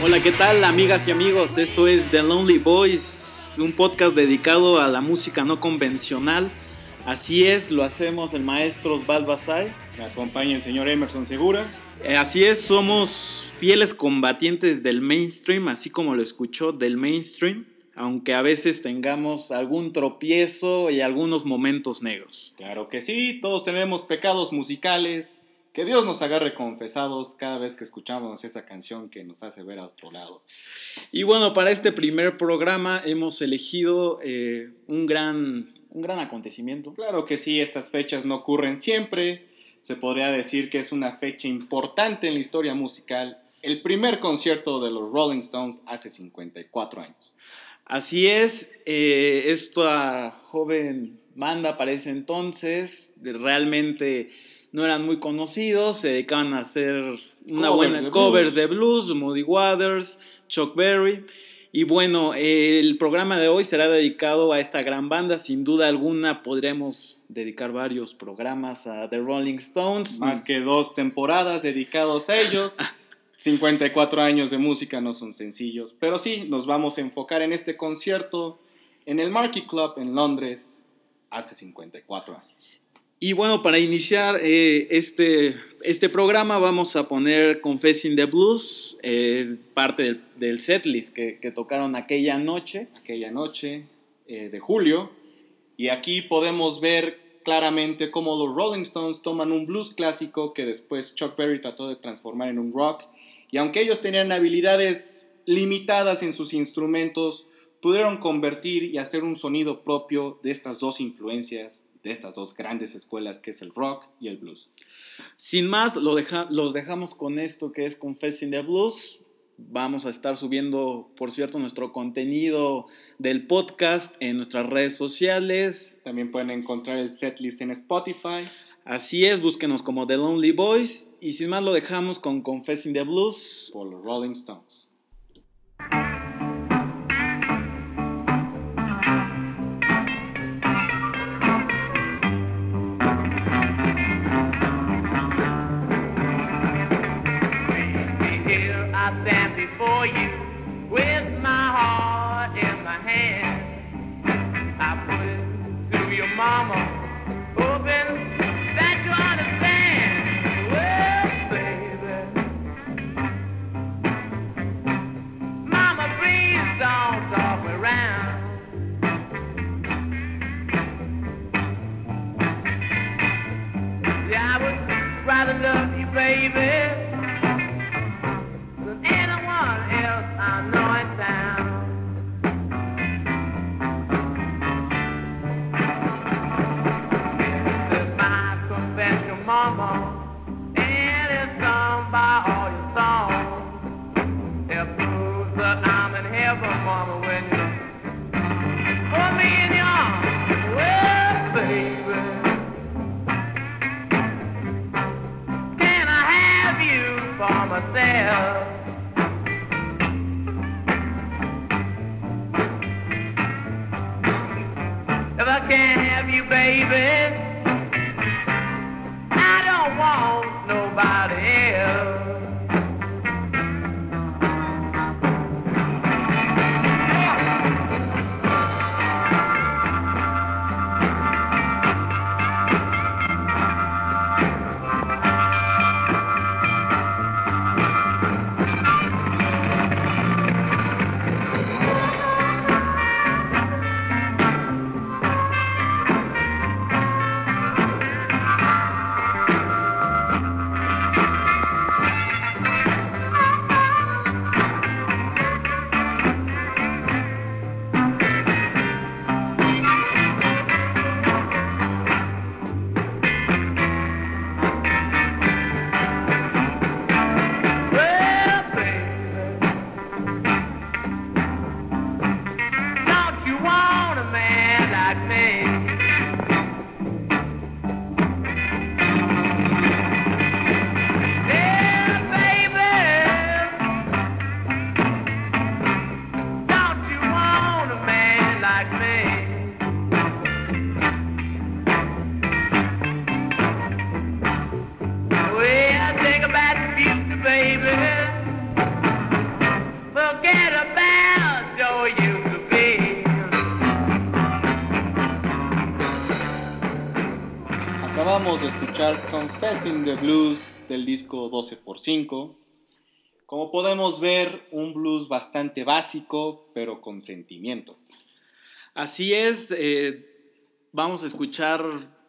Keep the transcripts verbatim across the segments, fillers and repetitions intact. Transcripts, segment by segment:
Hola, ¿qué tal, amigas y amigos? Esto es The Lonely Boys, un podcast dedicado a la música no convencional. Así es, lo hacemos el maestro Osvaldo Asay. Me acompaña el señor Emerson Segura. Eh, así es, somos fieles combatientes del mainstream, así como lo escuchó, del mainstream, aunque a veces tengamos algún tropiezo y algunos momentos negros. Claro que sí, todos tenemos pecados musicales. Que Dios nos agarre confesados cada vez que escuchamos esa canción que nos hace ver a otro lado. Y bueno, para este primer programa hemos elegido eh, un, gran, un gran acontecimiento. Claro que sí, estas fechas no ocurren siempre. Se podría decir que es una fecha importante en la historia musical. El primer concierto de los Rolling Stones hace cincuenta y cuatro años. Así es, eh, esta joven banda para ese entonces realmente no eran muy conocidos, se dedicaban a hacer una covers buena de covers blues. de blues, Muddy Waters, Chuck Berry. Y bueno, el programa de hoy será dedicado a esta gran banda. Sin duda alguna podremos dedicar varios programas a The Rolling Stones. Más que dos temporadas dedicados a ellos. cincuenta y cuatro años de música no son sencillos. Pero sí, nos vamos a enfocar en este concierto en el Marquee Club en Londres hace cincuenta y cuatro años. Y bueno, para iniciar eh, este, este programa vamos a poner Confessing the Blues, eh, es parte del, del setlist que, que tocaron aquella noche. Aquella noche eh, de julio, y aquí podemos ver claramente cómo los Rolling Stones toman un blues clásico que después Chuck Berry trató de transformar en un rock, y aunque ellos tenían habilidades limitadas en sus instrumentos, pudieron convertir y hacer un sonido propio de estas dos influencias, de estas dos grandes escuelas que es el rock y el blues. Sin más, lo deja, los dejamos con esto que es Confessing the Blues. Vamos a estar subiendo, por cierto, nuestro contenido del podcast en nuestras redes sociales. También pueden encontrar el setlist en Spotify. Así es, búsquenos como The Lonely Boys. Y sin más, lo dejamos con Confessing the Blues por los Rolling Stones. For you, with my heart in my hand, I put it to your mama, hoping that you understand. Well, baby, mama, please don't talk me round. Yeah, I would rather love you, baby. Mama, and it's sung by all your songs. It proves that I'm in heaven, Mama, when you hold me in your arms. Well, baby, can I have you for myself? If I can't have you, baby, want nobody else. Acabamos de escuchar Confessing the Blues del disco doce por cinco. Como podemos ver, un blues bastante básico, pero con sentimiento. Así es, eh, vamos a escuchar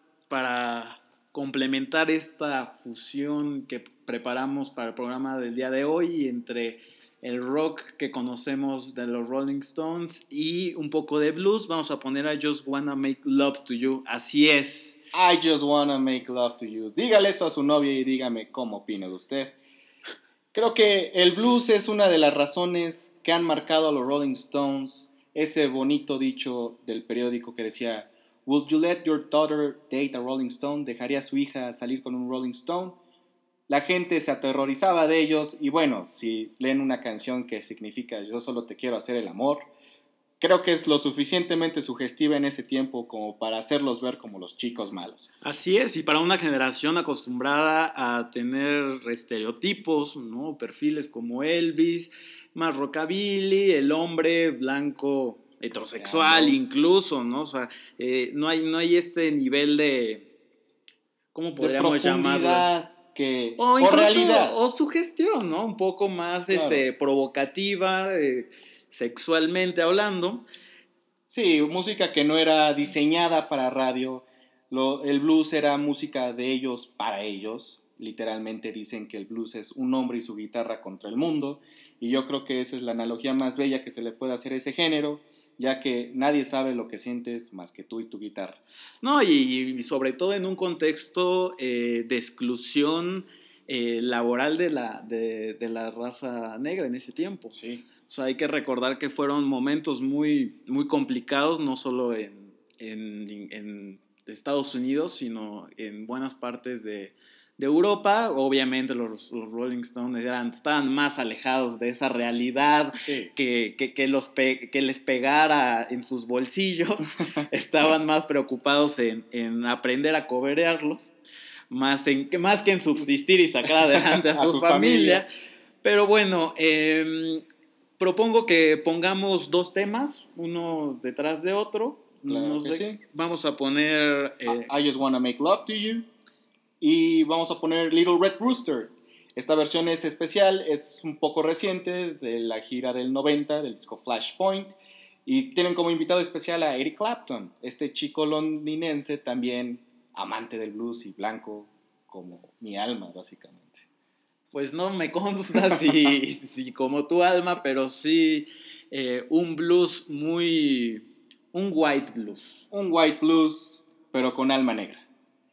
para complementar esta fusión que preparamos para el programa del día de hoy entre el rock que conocemos de los Rolling Stones y un poco de blues. Vamos a poner a Just Wanna Make Love to You. Así es. I just wanna make love to you. Dígale eso a su novia y dígame cómo opina de usted. Creo que el blues es una de las razones que han marcado a los Rolling Stones. Ese bonito dicho del periódico que decía: Would you let your daughter date a Rolling Stone? ¿Dejaría a su hija salir con un Rolling Stone? La gente se aterrorizaba de ellos. Y bueno, si leen una canción que significa yo solo te quiero hacer el amor, creo que es lo suficientemente sugestiva en ese tiempo como para hacerlos ver como los chicos malos. Así es, y para una generación acostumbrada a tener estereotipos, ¿no? Perfiles como Elvis, más rockabilly, el hombre blanco heterosexual, Claro. Incluso, ¿no? O sea, eh, no hay, no hay este nivel de, ¿cómo De podríamos llamarlo? profundidad que, O o incluso, realidad. o sugestión, ¿no? Un poco más Claro. este, provocativa, eh, sexualmente hablando. Sí, música que no era diseñada para radio. Lo, el blues era música de ellos para ellos. Literalmente dicen que el blues es un hombre y su guitarra contra el mundo. Y yo creo que esa es la analogía más bella que se le puede hacer a ese género, ya que nadie sabe lo que sientes más que tú y tu guitarra. No, y, y sobre todo en un contexto eh, de exclusión eh, laboral de la, de, de la raza negra en ese tiempo. Sí. O sea, hay que recordar que fueron momentos muy, muy complicados, no solo en, en, en Estados Unidos, sino en buenas partes de, de Europa. Obviamente los, los Rolling Stones eran, estaban más alejados de esa realidad Sí. que, que, que, los pe- que les pegara en sus bolsillos. Estaban más preocupados en, en aprender a coberearlos, más, en, más que en subsistir y sacar adelante a, A su, su familia. familia. Pero bueno, eh, propongo que pongamos dos temas, uno detrás de otro. Claro No que sé, sí. Vamos a poner... eh, I Just Wanna Make Love to You. Y vamos a poner Little Red Rooster. Esta versión es especial, es un poco reciente, de la gira del noventa, del disco Flashpoint. Y tienen como invitado especial a Eric Clapton, este chico londinense también amante del blues y blanco como mi alma, básicamente. Pues no me consta si, si como tu alma, pero sí eh, un blues muy... un white blues. Un white blues, pero con alma negra.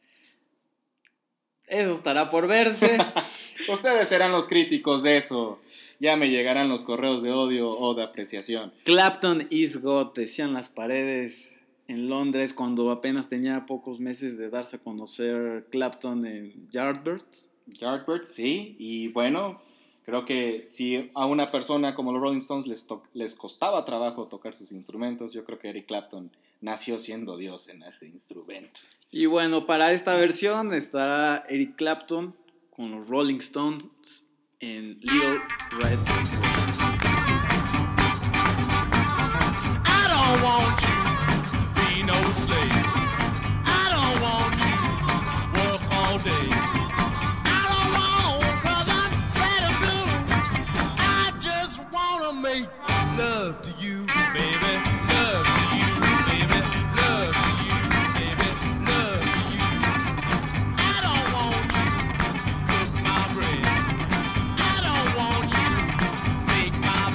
Eso estará por verse. Ustedes serán los críticos de eso. Ya me llegarán los correos de odio o de apreciación. Clapton is God, decían las paredes en Londres cuando apenas tenía pocos meses de darse a conocer Clapton en Yardbirds. Yardbirds, sí, y bueno, creo que si a una persona como los Rolling Stones les, to- les costaba trabajo tocar sus instrumentos, yo creo que Eric Clapton nació siendo Dios en ese instrumento. Y bueno, para esta versión estará Eric Clapton con los Rolling Stones en Little Red Rooster. I don't want you to be no slave. I don't want you to work all day. I don't want, 'cause I'm sad and blue. I just wanna make love to you, baby. Love to you, baby. Love to you, baby. Love to you. I don't want you to cook my bread. I don't want you to make my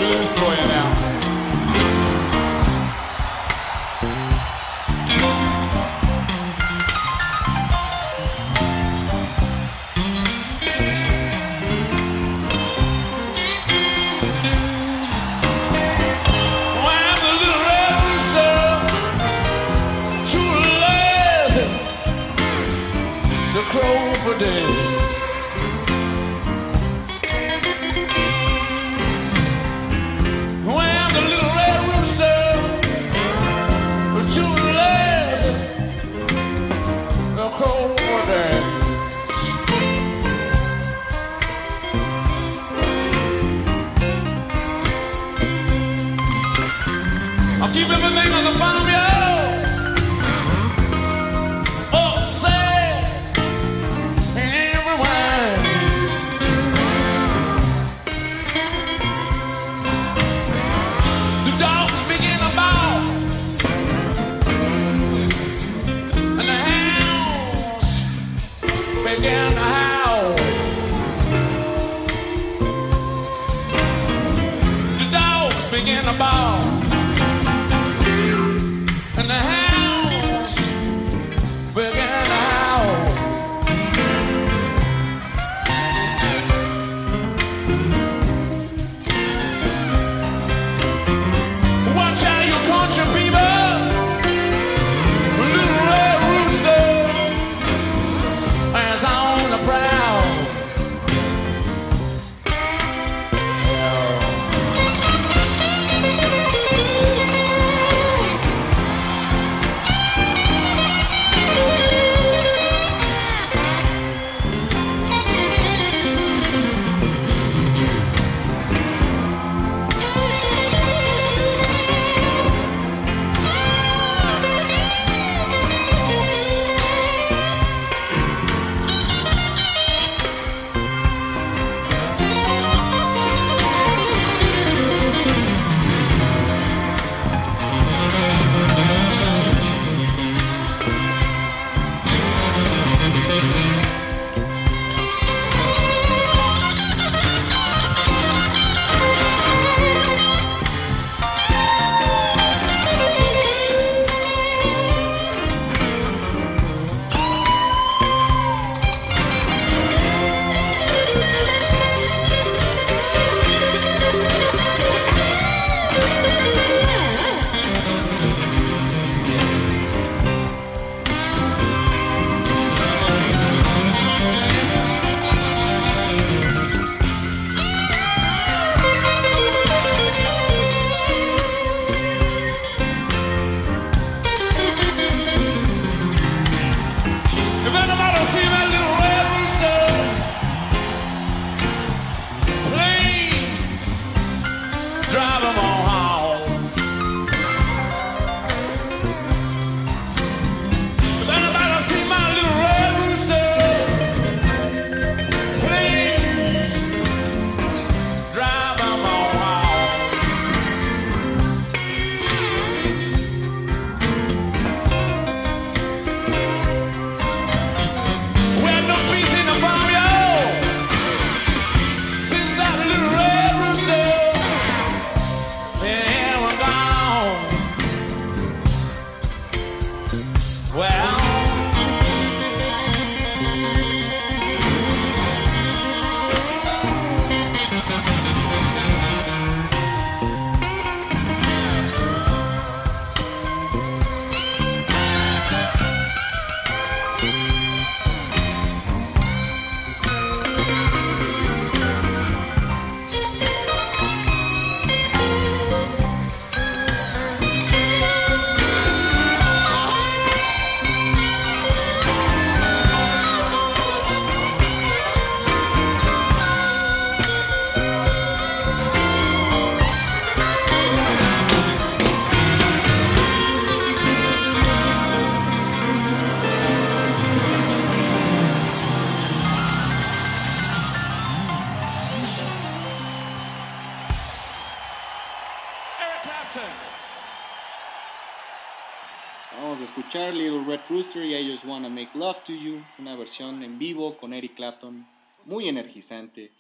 blues for you now. Crow for day. When the little red rooster was too lazy to crow for day. I'll keep everything on the bottom, y'all. Began to howl. The dogs began to bawl, and the hounds began to howl. Watch out, you country people, little red rooster is on the prowl. Vamos a escuchar Little Red Rooster y I Just Wanna Make Love to You, una versión en vivo con Eric Clapton, muy energizante.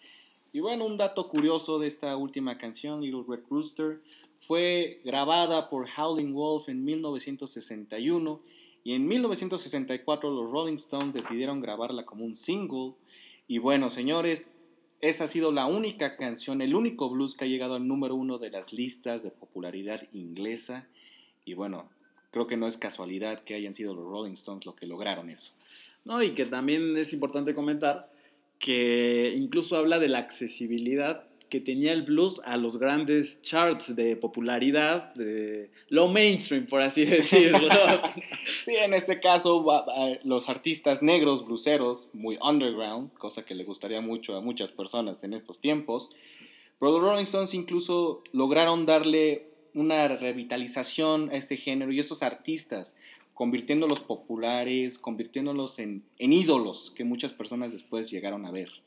Y bueno, un dato curioso de esta última canción, Little Red Rooster, fue grabada por Howlin' Wolf en mil novecientos sesenta y uno y en mil novecientos sesenta y cuatro los Rolling Stones decidieron grabarla como un single. Y bueno, señores, esa ha sido la única canción, el único blues que ha llegado al número uno de las listas de popularidad inglesa. Y bueno, creo que no es casualidad que hayan sido los Rolling Stones los que lograron eso. No, y que también es importante comentar que incluso habla de la accesibilidad que tenía el blues a los grandes charts de popularidad, de lo mainstream, por así decirlo. Sí, en este caso, los artistas negros, blueseros, muy underground, cosa que le gustaría mucho a muchas personas en estos tiempos, pero los Rolling Stones incluso lograron darle una revitalización a ese género y esos artistas, convirtiéndolos populares, convirtiéndolos en, en ídolos que muchas personas después llegaron a ver.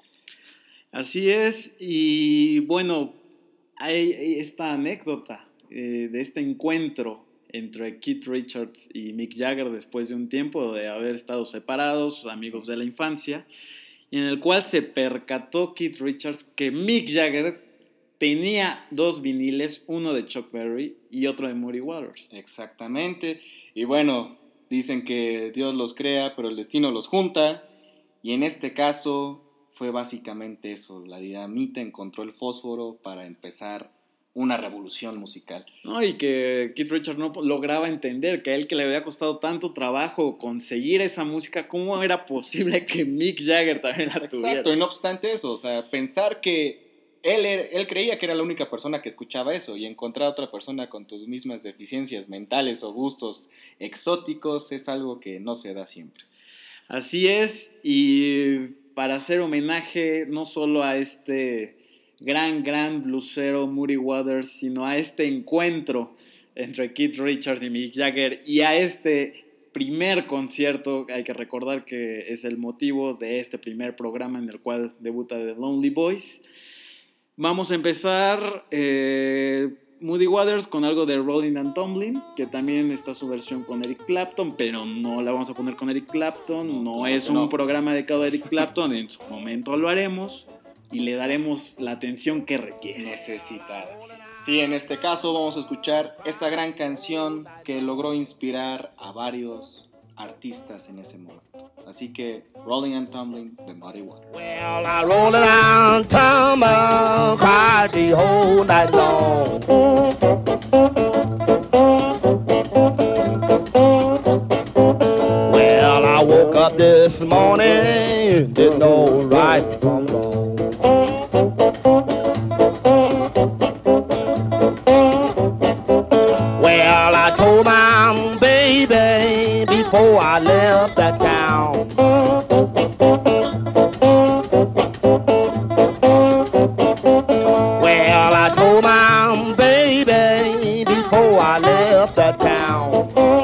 Así es, y bueno, hay esta anécdota eh, de este encuentro entre Keith Richards y Mick Jagger después de un tiempo de haber estado separados, amigos de la infancia, en el cual se percató Keith Richards que Mick Jagger tenía dos viniles, uno de Chuck Berry y otro de Muddy Waters. Exactamente, y bueno, dicen que Dios los crea, pero el destino los junta, y en este caso fue básicamente eso, la dinamita encontró el fósforo para empezar una revolución musical. No, y que Keith Richards no lograba entender que a él, que le había costado tanto trabajo conseguir esa música, ¿cómo era posible que Mick Jagger también la tuviera? Exacto, y no obstante eso, o sea, pensar que él, era, él creía que era la única persona que escuchaba eso, y encontrar a otra persona con tus mismas deficiencias mentales o gustos exóticos es algo que no se da siempre. Así es, y para hacer homenaje no solo a este gran, gran bluesero Muddy Waters, sino a este encuentro entre Keith Richards y Mick Jagger y a este primer concierto, hay que recordar que es el motivo de este primer programa en el cual debuta The Lonely Boys. Vamos a empezar eh, Muddy Waters con algo de Rolling and Tumbling, que también está su versión con Eric Clapton, pero no la vamos a poner con Eric Clapton, no, no es un no. programa dedicado a Eric Clapton, en su momento lo haremos y le daremos la atención que requiere. Necesitada. Sí, en este caso vamos a escuchar esta gran canción que logró inspirar a varios artistas en ese momento. Así que Rolling and Tumbling de Muddy Waters. Well, I roll around, tumble, cried the whole night long. Well, I woke up this morning, didn't know right from wrong. Well, I told my baby before I left that town. Well, I told my baby before I left that town.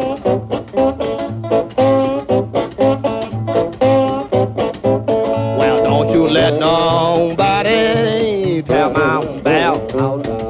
Well, don't you let nobody tell my bell out loud.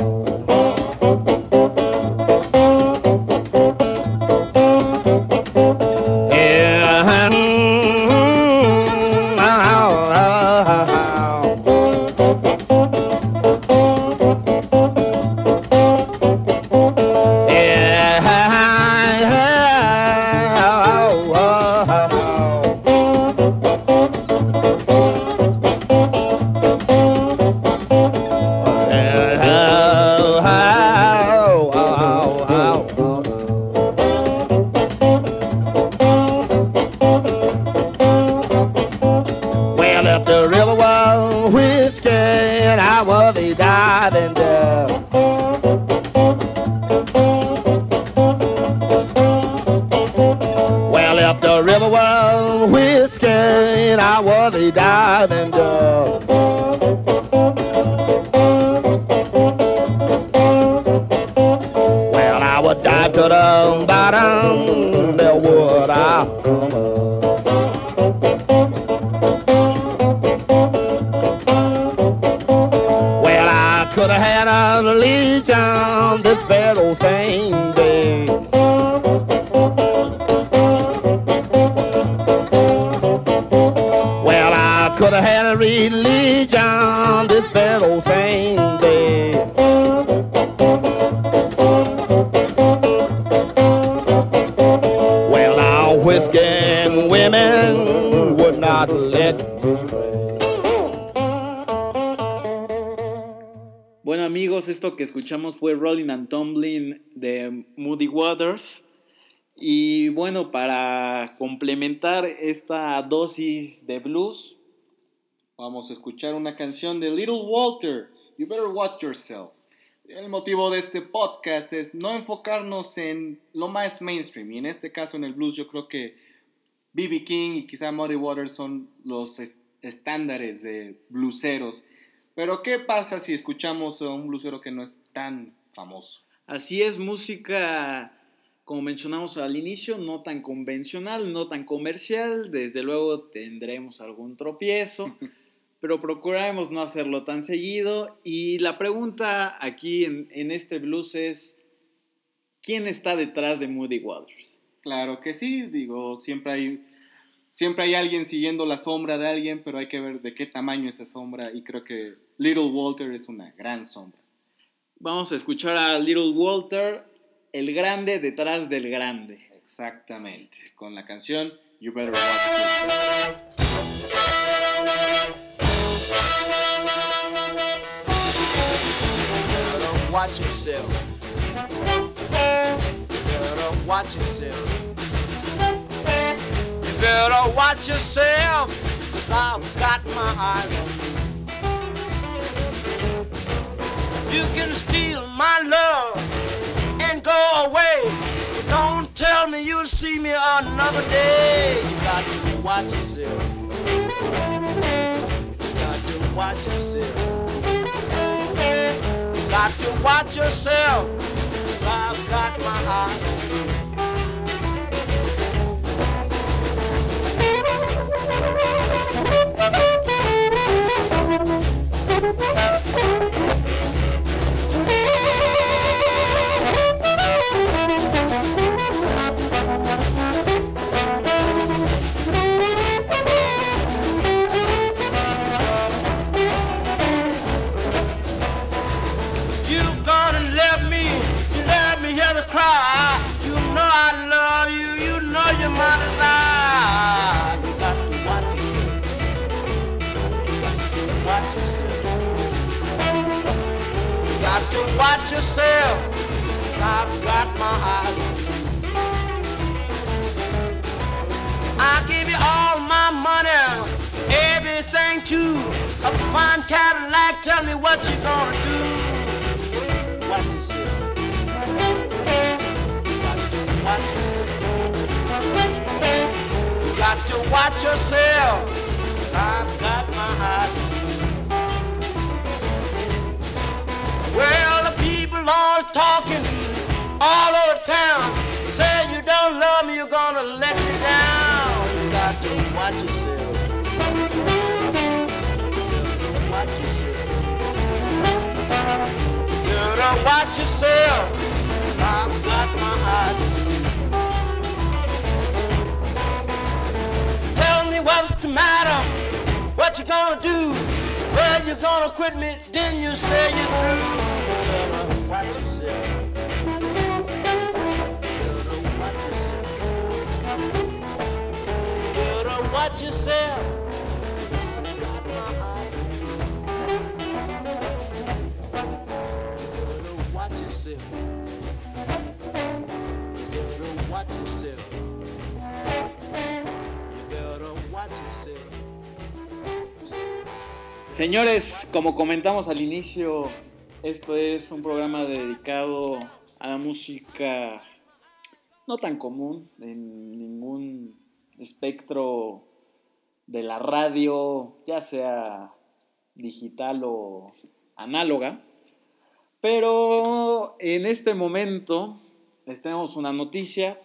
Could have had a religion this whiskey and women would not let me pray. Bueno amigos, esto que escuchamos fue Rolling and Tumbling de Muddy Waters. Y bueno, para complementar esta dosis de blues, vamos a escuchar una canción de Little Walter, You Better Watch Yourself. El motivo de este podcast es no enfocarnos en lo más mainstream, y en este caso en el blues yo creo que B B King y quizá Muddy Waters son los est- estándares de blueseros. Pero ¿qué pasa si escuchamos a un bluesero que no es tan famoso? así es, música, como mencionamos al inicio, no tan convencional, no tan comercial. Desde luego tendremos algún tropiezo, pero procuraremos no hacerlo tan seguido. Y la pregunta aquí en, en este blues es, ¿quién está detrás de Muddy Waters? Claro que sí, digo, siempre hay, siempre hay alguien siguiendo la sombra de alguien, pero hay que ver de qué tamaño es esa sombra, y creo que Little Walter es una gran sombra. Vamos a escuchar a Little Walter, el grande detrás del grande. Exactamente, con la canción You Better Watch Yourself. Better watch yourself. Better watch yourself. You better watch yourself, 'cause I've got my eyes on you. You can steal my love and go away, but don't tell me you'll see me another day. You got to watch yourself. You got to watch yourself. You got to watch yourself, 'cause I've got my eyes on you. You gonna let me, you let me hear the cry. You know I love you, you know you're my desire. You got to watch yourself. Watch yourself. You got to watch yourself. 'Cause I've got my eyes on you. I give you all my money, everything too. A fine Cadillac, tell me what you gonna do. Watch yourself. You got to watch yourself. You got to watch yourself. 'Cause I've got my eyes on you. Well, the people all talking all over town. Say you don't love me, you're gonna let me down. You got to watch yourself. Watch yourself. You gotta watch yourself. 'Cause I've got my eyes on you. Tell me what's the matter. What you gonna do? Well, you gonna quit me, then you say you're through. You gotta watch yourself. Watch yourself. Watch yourself. Watch yourself. You better watch yourself. Señores, como comentamos al inicio, esto es un programa dedicado a la música no tan común en ningún espectro de la radio, ya sea digital o análoga. Pero en este momento les tenemos una noticia.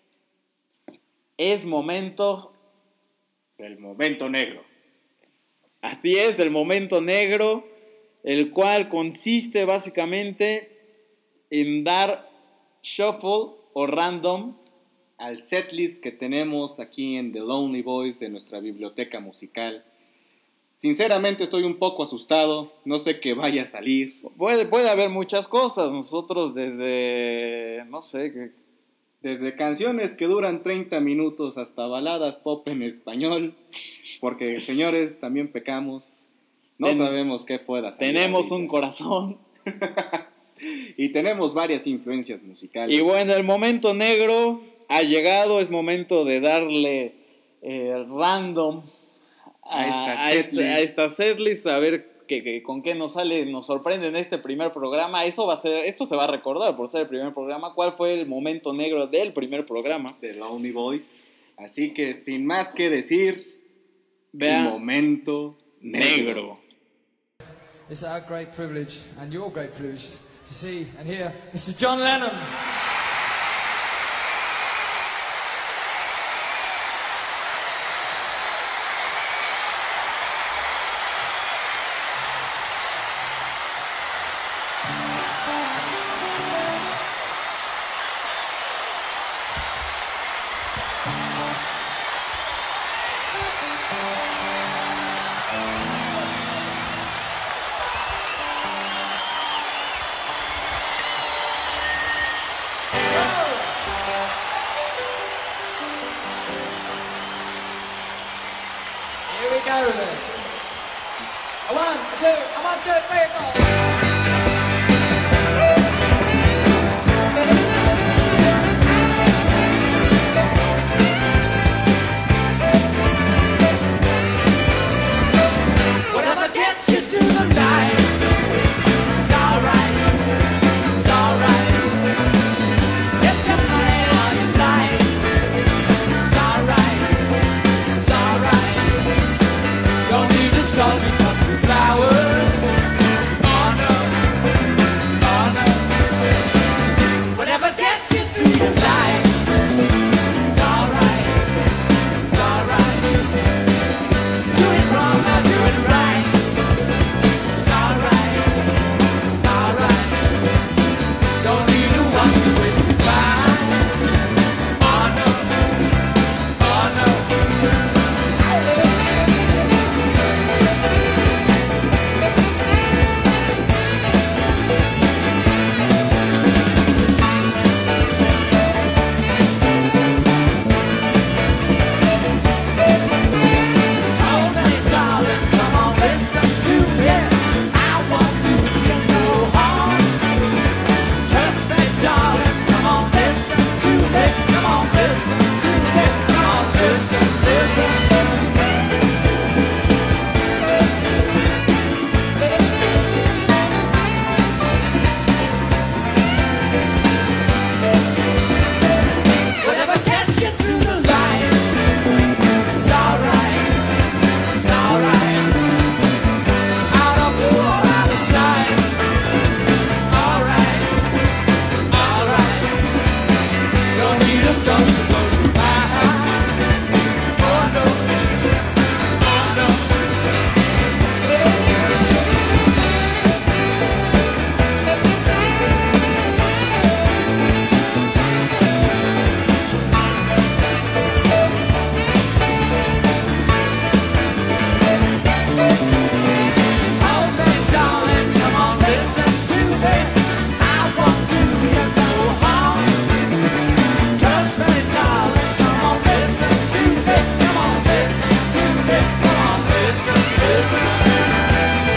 Es momento, El momento negro. así es, del momento negro, el cual consiste básicamente en dar shuffle o random Al setlist que tenemos aquí en The Lonely Boys de nuestra biblioteca musical. Sinceramente estoy un poco asustado, no sé qué vaya a salir. Puede, puede haber muchas cosas. Nosotros desde, no sé, que Desde canciones que duran treinta minutos hasta baladas pop en español, porque señores, también pecamos, no Ten- sabemos qué pueda salir Tenemos ahorita. un corazón. Y tenemos varias influencias musicales. Y bueno, el momento negro ha llegado, es momento de darle eh, random A esta a, este- setlist. a esta setlist, a ver que, que- con qué nos sale, nos sorprende en este primer programa. Eso va a ser, esto se va a recordar por ser el primer programa. ¿Cuál fue el momento negro del primer programa? de Lonely Boys. Así que sin más que decir, Vean. el momento negro. Negro. It's our great privilege and your great privilege to see and hear Mister John Lennon. Here we go then. A one, a two, a one, two, three, four. Whatever gets you through the night, it's alright, it's alright. Get your money on your life, it's alright, it's alright. Don't need a salty country flower. Oh no, oh no. Whatever gets you through your life, it's alright, it's alright. Do it wrong or do it right, it's alright, it's alright. Don't need to watch you waste your time. Oh no, oh no. Oh, baby, darling, come on, listen to me. I won't do you no harm. Trust me, darling, come on, listen to me. Come on, listen to me. Come on, listen, listen. Whatever gets you through the light, it's alright, it's alright. Out of blue or out of sight, alright, alright. Don't need a gun to blow you by. Oh no, oh no. Oh, baby, darling, come on, listen to me. I won't do you no harm. Trust me, darling, come on, listen to me. Come on, listen to me. Come on, listen, listen.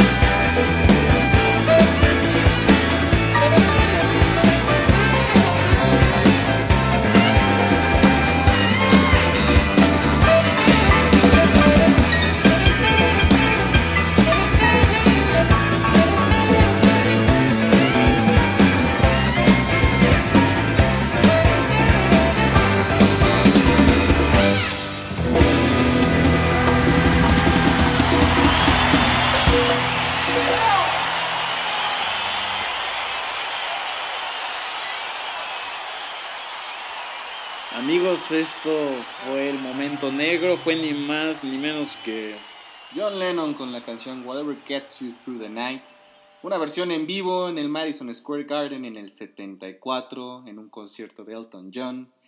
Amigos, esto fue el momento negro, fue ni más ni menos que John Lennon con la canción Whatever Gets You Through the Night. Una versión en vivo en el Madison Square Garden en el setenta y cuatro, en un concierto de Elton John.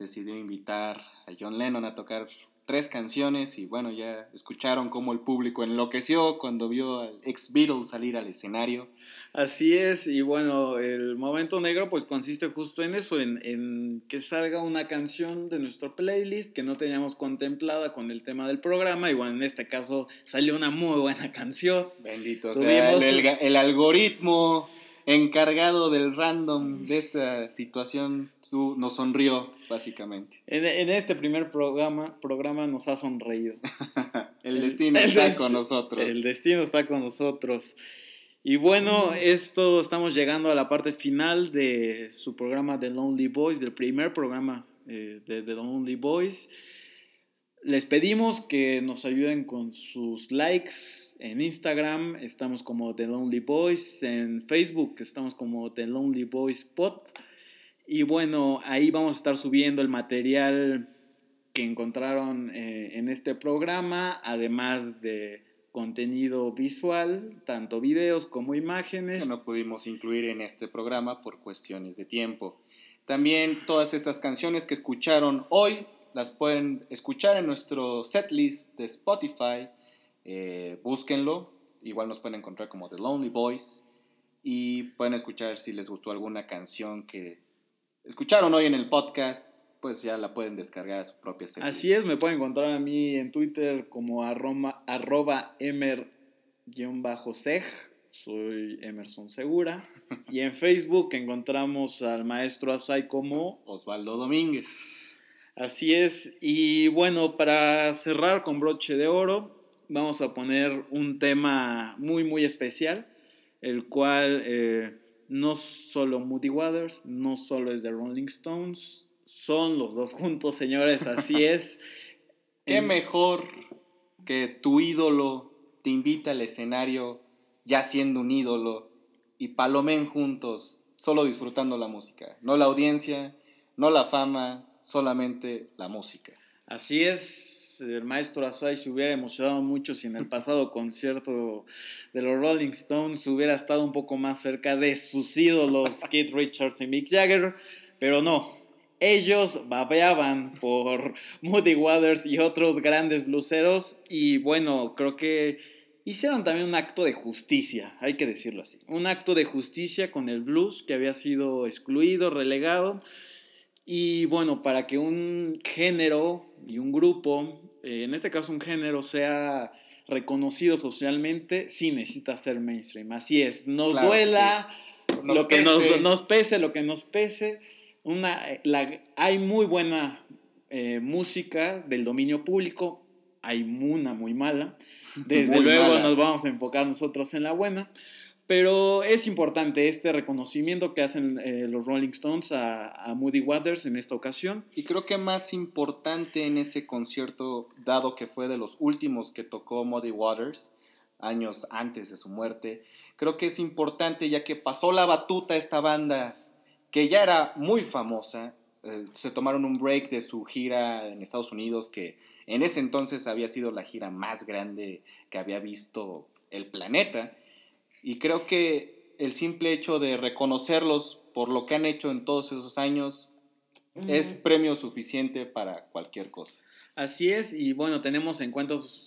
decidió invitar a John Lennon a tocar tres canciones y bueno, ya escucharon cómo el público enloqueció cuando vio al ex Beatle salir al escenario. Así es, y bueno, el momento negro pues consiste justo en eso, en, en que salga una canción de nuestro playlist que no teníamos contemplada con el tema del programa, y bueno, en este caso salió una muy buena canción. Bendito sea el, el, el algoritmo encargado del random de esta situación, tú, nos sonrió básicamente. En, en este primer programa, programa nos ha sonreído. el destino el, está el, con nosotros. El destino está con nosotros. Y bueno, esto estamos llegando a la parte final de su programa The Lonely Boys, del primer programa eh, de The Lonely Boys. Les pedimos que nos ayuden con sus likes en Instagram, estamos como The Lonely Boys, en Facebook estamos como The Lonely Boys Pod. Y bueno, ahí vamos a estar subiendo el material que encontraron eh, en este programa, además de contenido visual, tanto videos como imágenes. Que no pudimos incluir en este programa por cuestiones de tiempo. También todas estas canciones que escucharon hoy las pueden escuchar en nuestro setlist de Spotify. Eh, búsquenlo. Igual nos pueden encontrar como The Lonely Boys. Y pueden escuchar si les gustó alguna canción que escucharon hoy en el podcast, pues ya la pueden descargar a su propia setlist. Así es, me pueden encontrar a mí en Twitter como arroba, arroba emer-seg, soy Emerson Segura. Y en Facebook encontramos al maestro Asai como Osvaldo Domínguez. Así es, y bueno, para cerrar con broche de oro, vamos a poner un tema muy muy especial, el cual eh, no solo Muddy Waters, no solo es de Rolling Stones, son los dos juntos, señores, así es. Qué en... mejor que tu ídolo te invita al escenario ya siendo un ídolo y palomen juntos, solo disfrutando la música, no la audiencia, no la fama, solamente la música. Así es. El maestro Asai se hubiera emocionado mucho si en el pasado concierto de los Rolling Stones hubiera estado un poco más cerca de sus ídolos Keith Richards y Mick Jagger, pero no, ellos babeaban por Muddy Waters y otros grandes blueseros, y bueno, creo que hicieron también un acto de justicia, hay que decirlo así, un acto de justicia con el blues que había sido excluido, relegado. Y bueno, para que un género y un grupo, eh, en este caso un género, sea reconocido socialmente, sí necesita ser mainstream. Así es, nos claro, duela, sí. nos lo que nos, nos pese, lo que nos pese. Una, la, hay muy buena eh, música del dominio público, hay una muy mala. Desde muy luego mala. Nos vamos a enfocar nosotros en la buena. Pero es importante este reconocimiento que hacen eh, los Rolling Stones a, a Muddy Waters en esta ocasión. Y creo que más importante en ese concierto, dado que fue de los últimos que tocó Muddy Waters, años antes de su muerte, creo que es importante ya que pasó la batuta esta banda que ya era muy famosa. Eh, se tomaron un break de su gira en Estados Unidos, que en ese entonces había sido la gira más grande que había visto el planeta. Y creo que el simple hecho de reconocerlos por lo que han hecho en todos esos años mm. es premio suficiente para cualquier cosa. Así es, y bueno, tenemos encuentros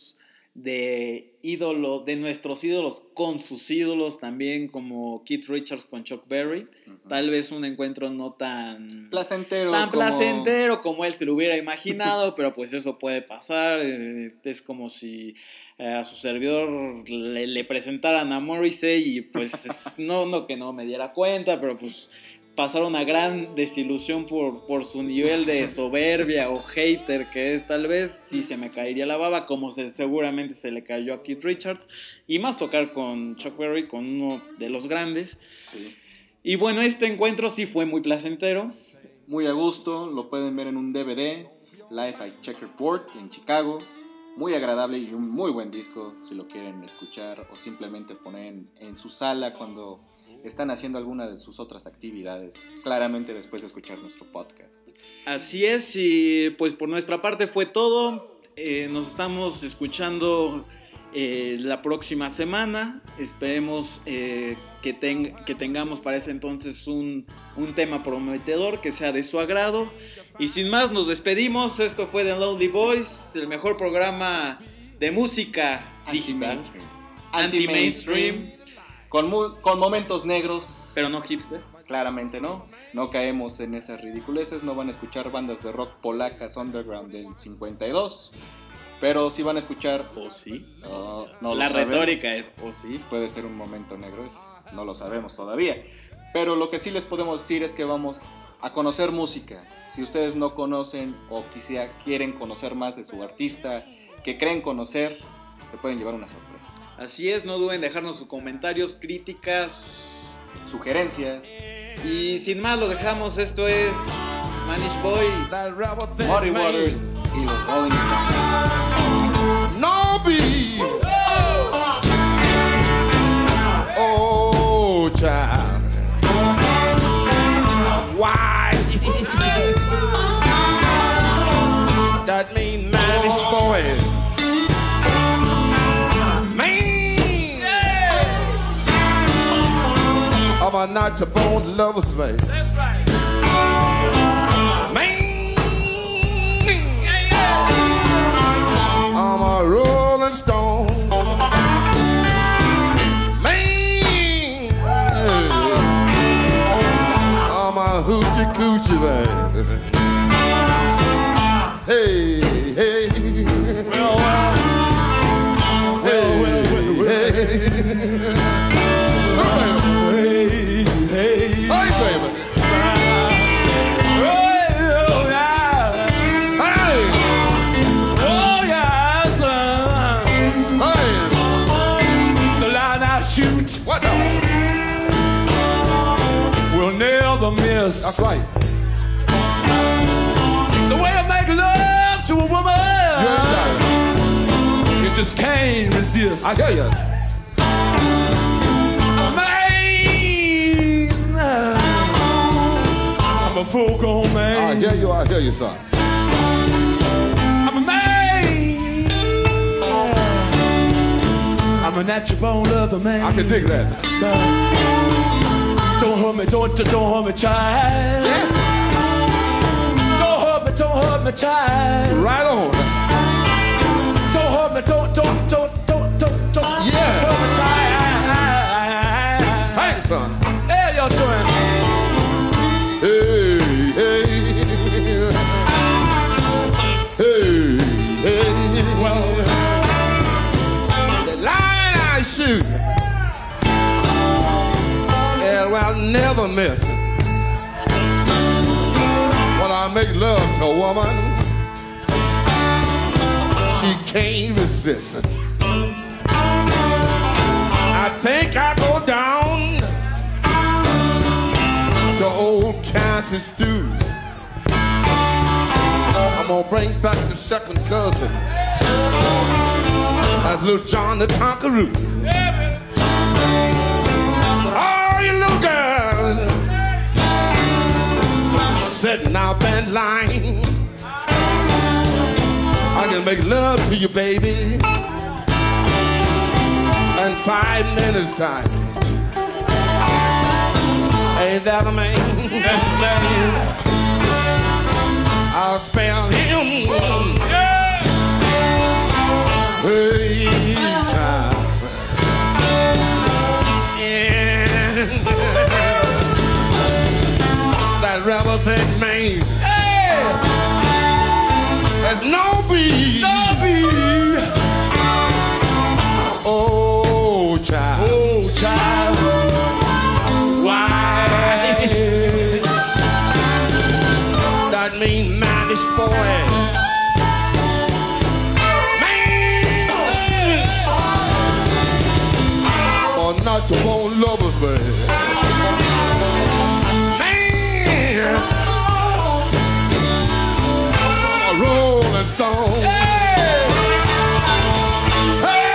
de ídolo, de nuestros ídolos con sus ídolos también, como Keith Richards con Chuck Berry. Uh-huh. Tal vez un encuentro no tan placentero, tan como... placentero como él se lo hubiera imaginado, pero pues eso puede pasar. Es como si eh, a su servidor le, le presentaran a Morrissey y pues no, no que no me diera cuenta, pero pues pasar una gran desilusión por, por su nivel de soberbia o hater que es, tal vez sí se me caería la baba, como se, seguramente se le cayó a Keith Richards, y más tocar con Chuck Berry, con uno de los grandes. Sí. Y bueno, este encuentro sí fue muy placentero. Muy a gusto, lo pueden ver en un D V D, Live at Checkerboard en Chicago. Muy agradable y un muy buen disco si lo quieren escuchar o simplemente poner en, en su sala cuando están haciendo alguna de sus otras actividades, claramente después de escuchar nuestro podcast. Así es, y pues por nuestra parte fue todo. Eh, nos estamos escuchando eh, la próxima semana. Esperemos eh, que, ten, que tengamos para ese entonces un, un tema prometedor que sea de su agrado. Y sin más, nos despedimos. Esto fue The Lonely Boys, el mejor programa de música digital, Anti-mainstream. anti-mainstream, Con, mu- con momentos negros. pero no hipster. Claramente no. No caemos en esas ridiculeces. No van a escuchar bandas de rock polacas underground del cincuenta y dos. Pero sí van a escuchar. ¿O sí? Oh, no lo La sabemos. retórica es, ¿o sí? Puede ser un momento negro, eso. No lo sabemos todavía. Pero lo que sí les podemos decir es que vamos a conocer música. Si ustedes no conocen o quisiera, quieren conocer más de su artista que creen conocer, se pueden llevar una sorpresa. Así es, no duden en dejarnos sus comentarios, críticas. Sugerencias. Y sin más, lo dejamos. Esto es Manish Boy. That rebel thing Muddy made Waters y los Rolling Stones. no be. Oh, child. Why? That mean manish boy. Man. I'm a not your bone lover's man. That's right. Man. I'm a rolling stone. Man. I'm a hoochie coochie man. Hey, hey. Well, well, Hey, hey. hey, hey. Hey, baby. Oh, yeah. Hey, Oh, yes. uh, hey. The line I shoot What the? will never miss. That's right. The way I make love to a woman, You ain't got it. you just can't resist. I hear you. Man, I'm a full-grown I man. hear you. I hear you, son. I'm a man. I'm a natural born lover, man. I can dig that. Don't hurt me, don't, don't hurt me, child. Yeah. Don't hurt me, don't hurt me, child. Right on. Don't hurt me, don't, don't, don't, don't, don't, don't Yeah. hurt me, child. Sing, son. Hey, y'all doing? Hey, hey. Hey, hey. Well, The line I shoot, and I'll never miss. When I make love to a woman, she can't resist. I think I go down to old Kansas stew. I'm gonna bring back the second cousin. That's little John the Conqueror. Oh, you little girl sitting out that line. I can make love to you, baby, in five minutes time. Ain't that a man? that's man. I'll spell him. Yeah. Hey, child. And that rebel thing, man, Hey, there's no beat. Nobby. Oh, child. Oh, child. Why? That mean manish boy. Man. Or not your own lovers, man. Man. A rolling stone. Hey. Hey.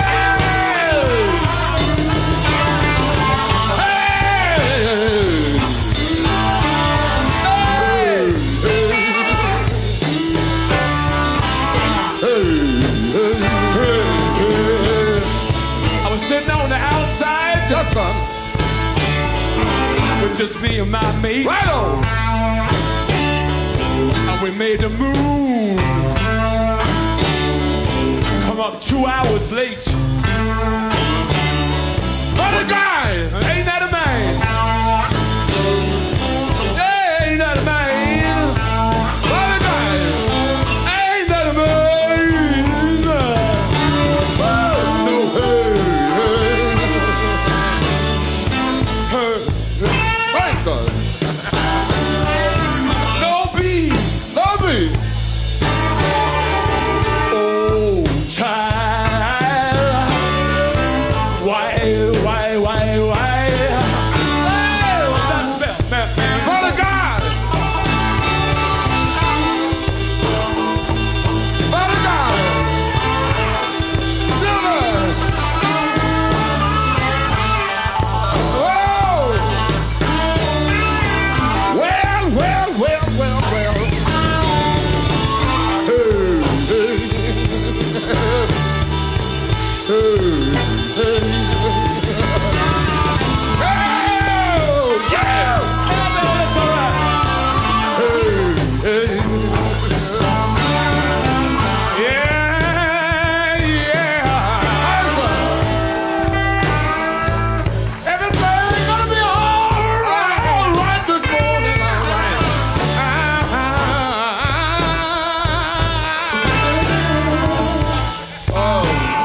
I was sitting on the outside Yes, son. with just me and my mate. Right on. I we made the moon come up two hours late. What a guy! Ain't that a man? Yeah, ain't that a man? What a guy! Ain't that a man? No, hey, hey, hey. Thanks, son. No beef, no beef. Oh, child. Why, why, why, why? Hey, what's that spell, man? For the God! For the God! Silver! Oh! Well, well, well, well, well. Hey, hey. Hey, hey. Oh, yeah! Oh, man, that's all right. Hey, hey. Yeah, yeah. Everything's gonna be all right, all right this morning, all right. Oh.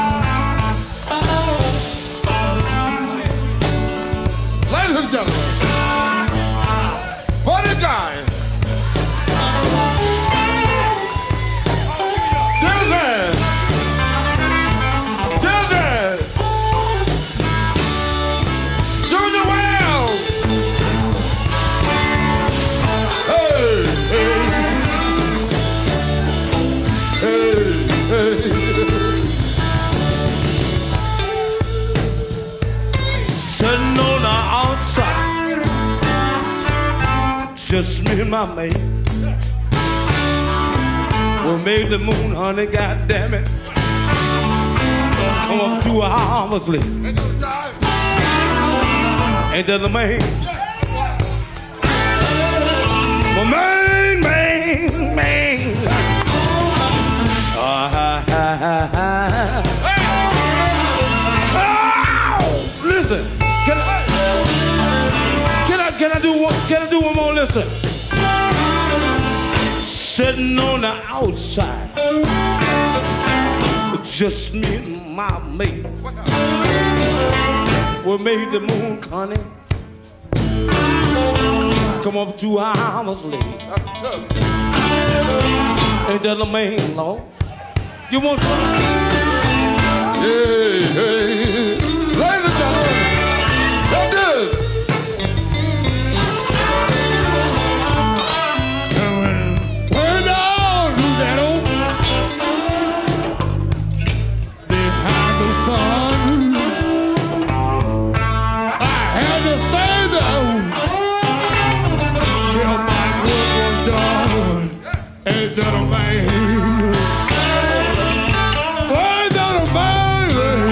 Ladies and gentlemen, what a guy! Dizzy! Dizzy! Junior Wells! Hey, hey. Hey, hey. Sitting on the outside, just me and my mate. We made the moon, honey, goddamn it. Come up two hours late. Ain't that the man? Well, man, man, man. Ah, ha, ha, ha, ha. Oh, listen. Can I, can I, can I do one, can I do one more? Listen. Sitting on the outside, just me and my mate. We made the moon, honey. Come up two hours late. Ain't that the man, Lord? You want some? Hey, hey. Ladies and gentlemen, that's it. Where down, Louisiana? Behind the sun, I had to stay there till my work was done. Ain't that a man? Ain't that a man?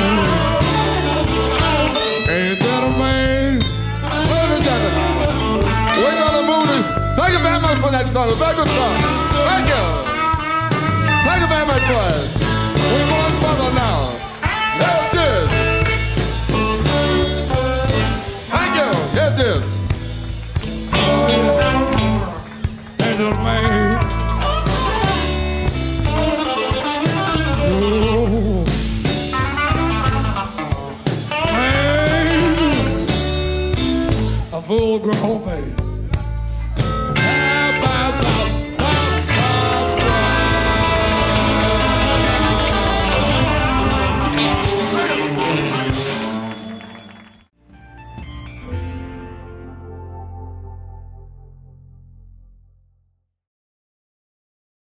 Ain't that a man? Ladies and gentlemen, we're gonna move it. Thank you very much for that song. A very good song. Thank you. Thank you very much for it. We're going further now. Let's do it. Thank you. Yes, this. Ain't that a man? Oh, man. A full grown man.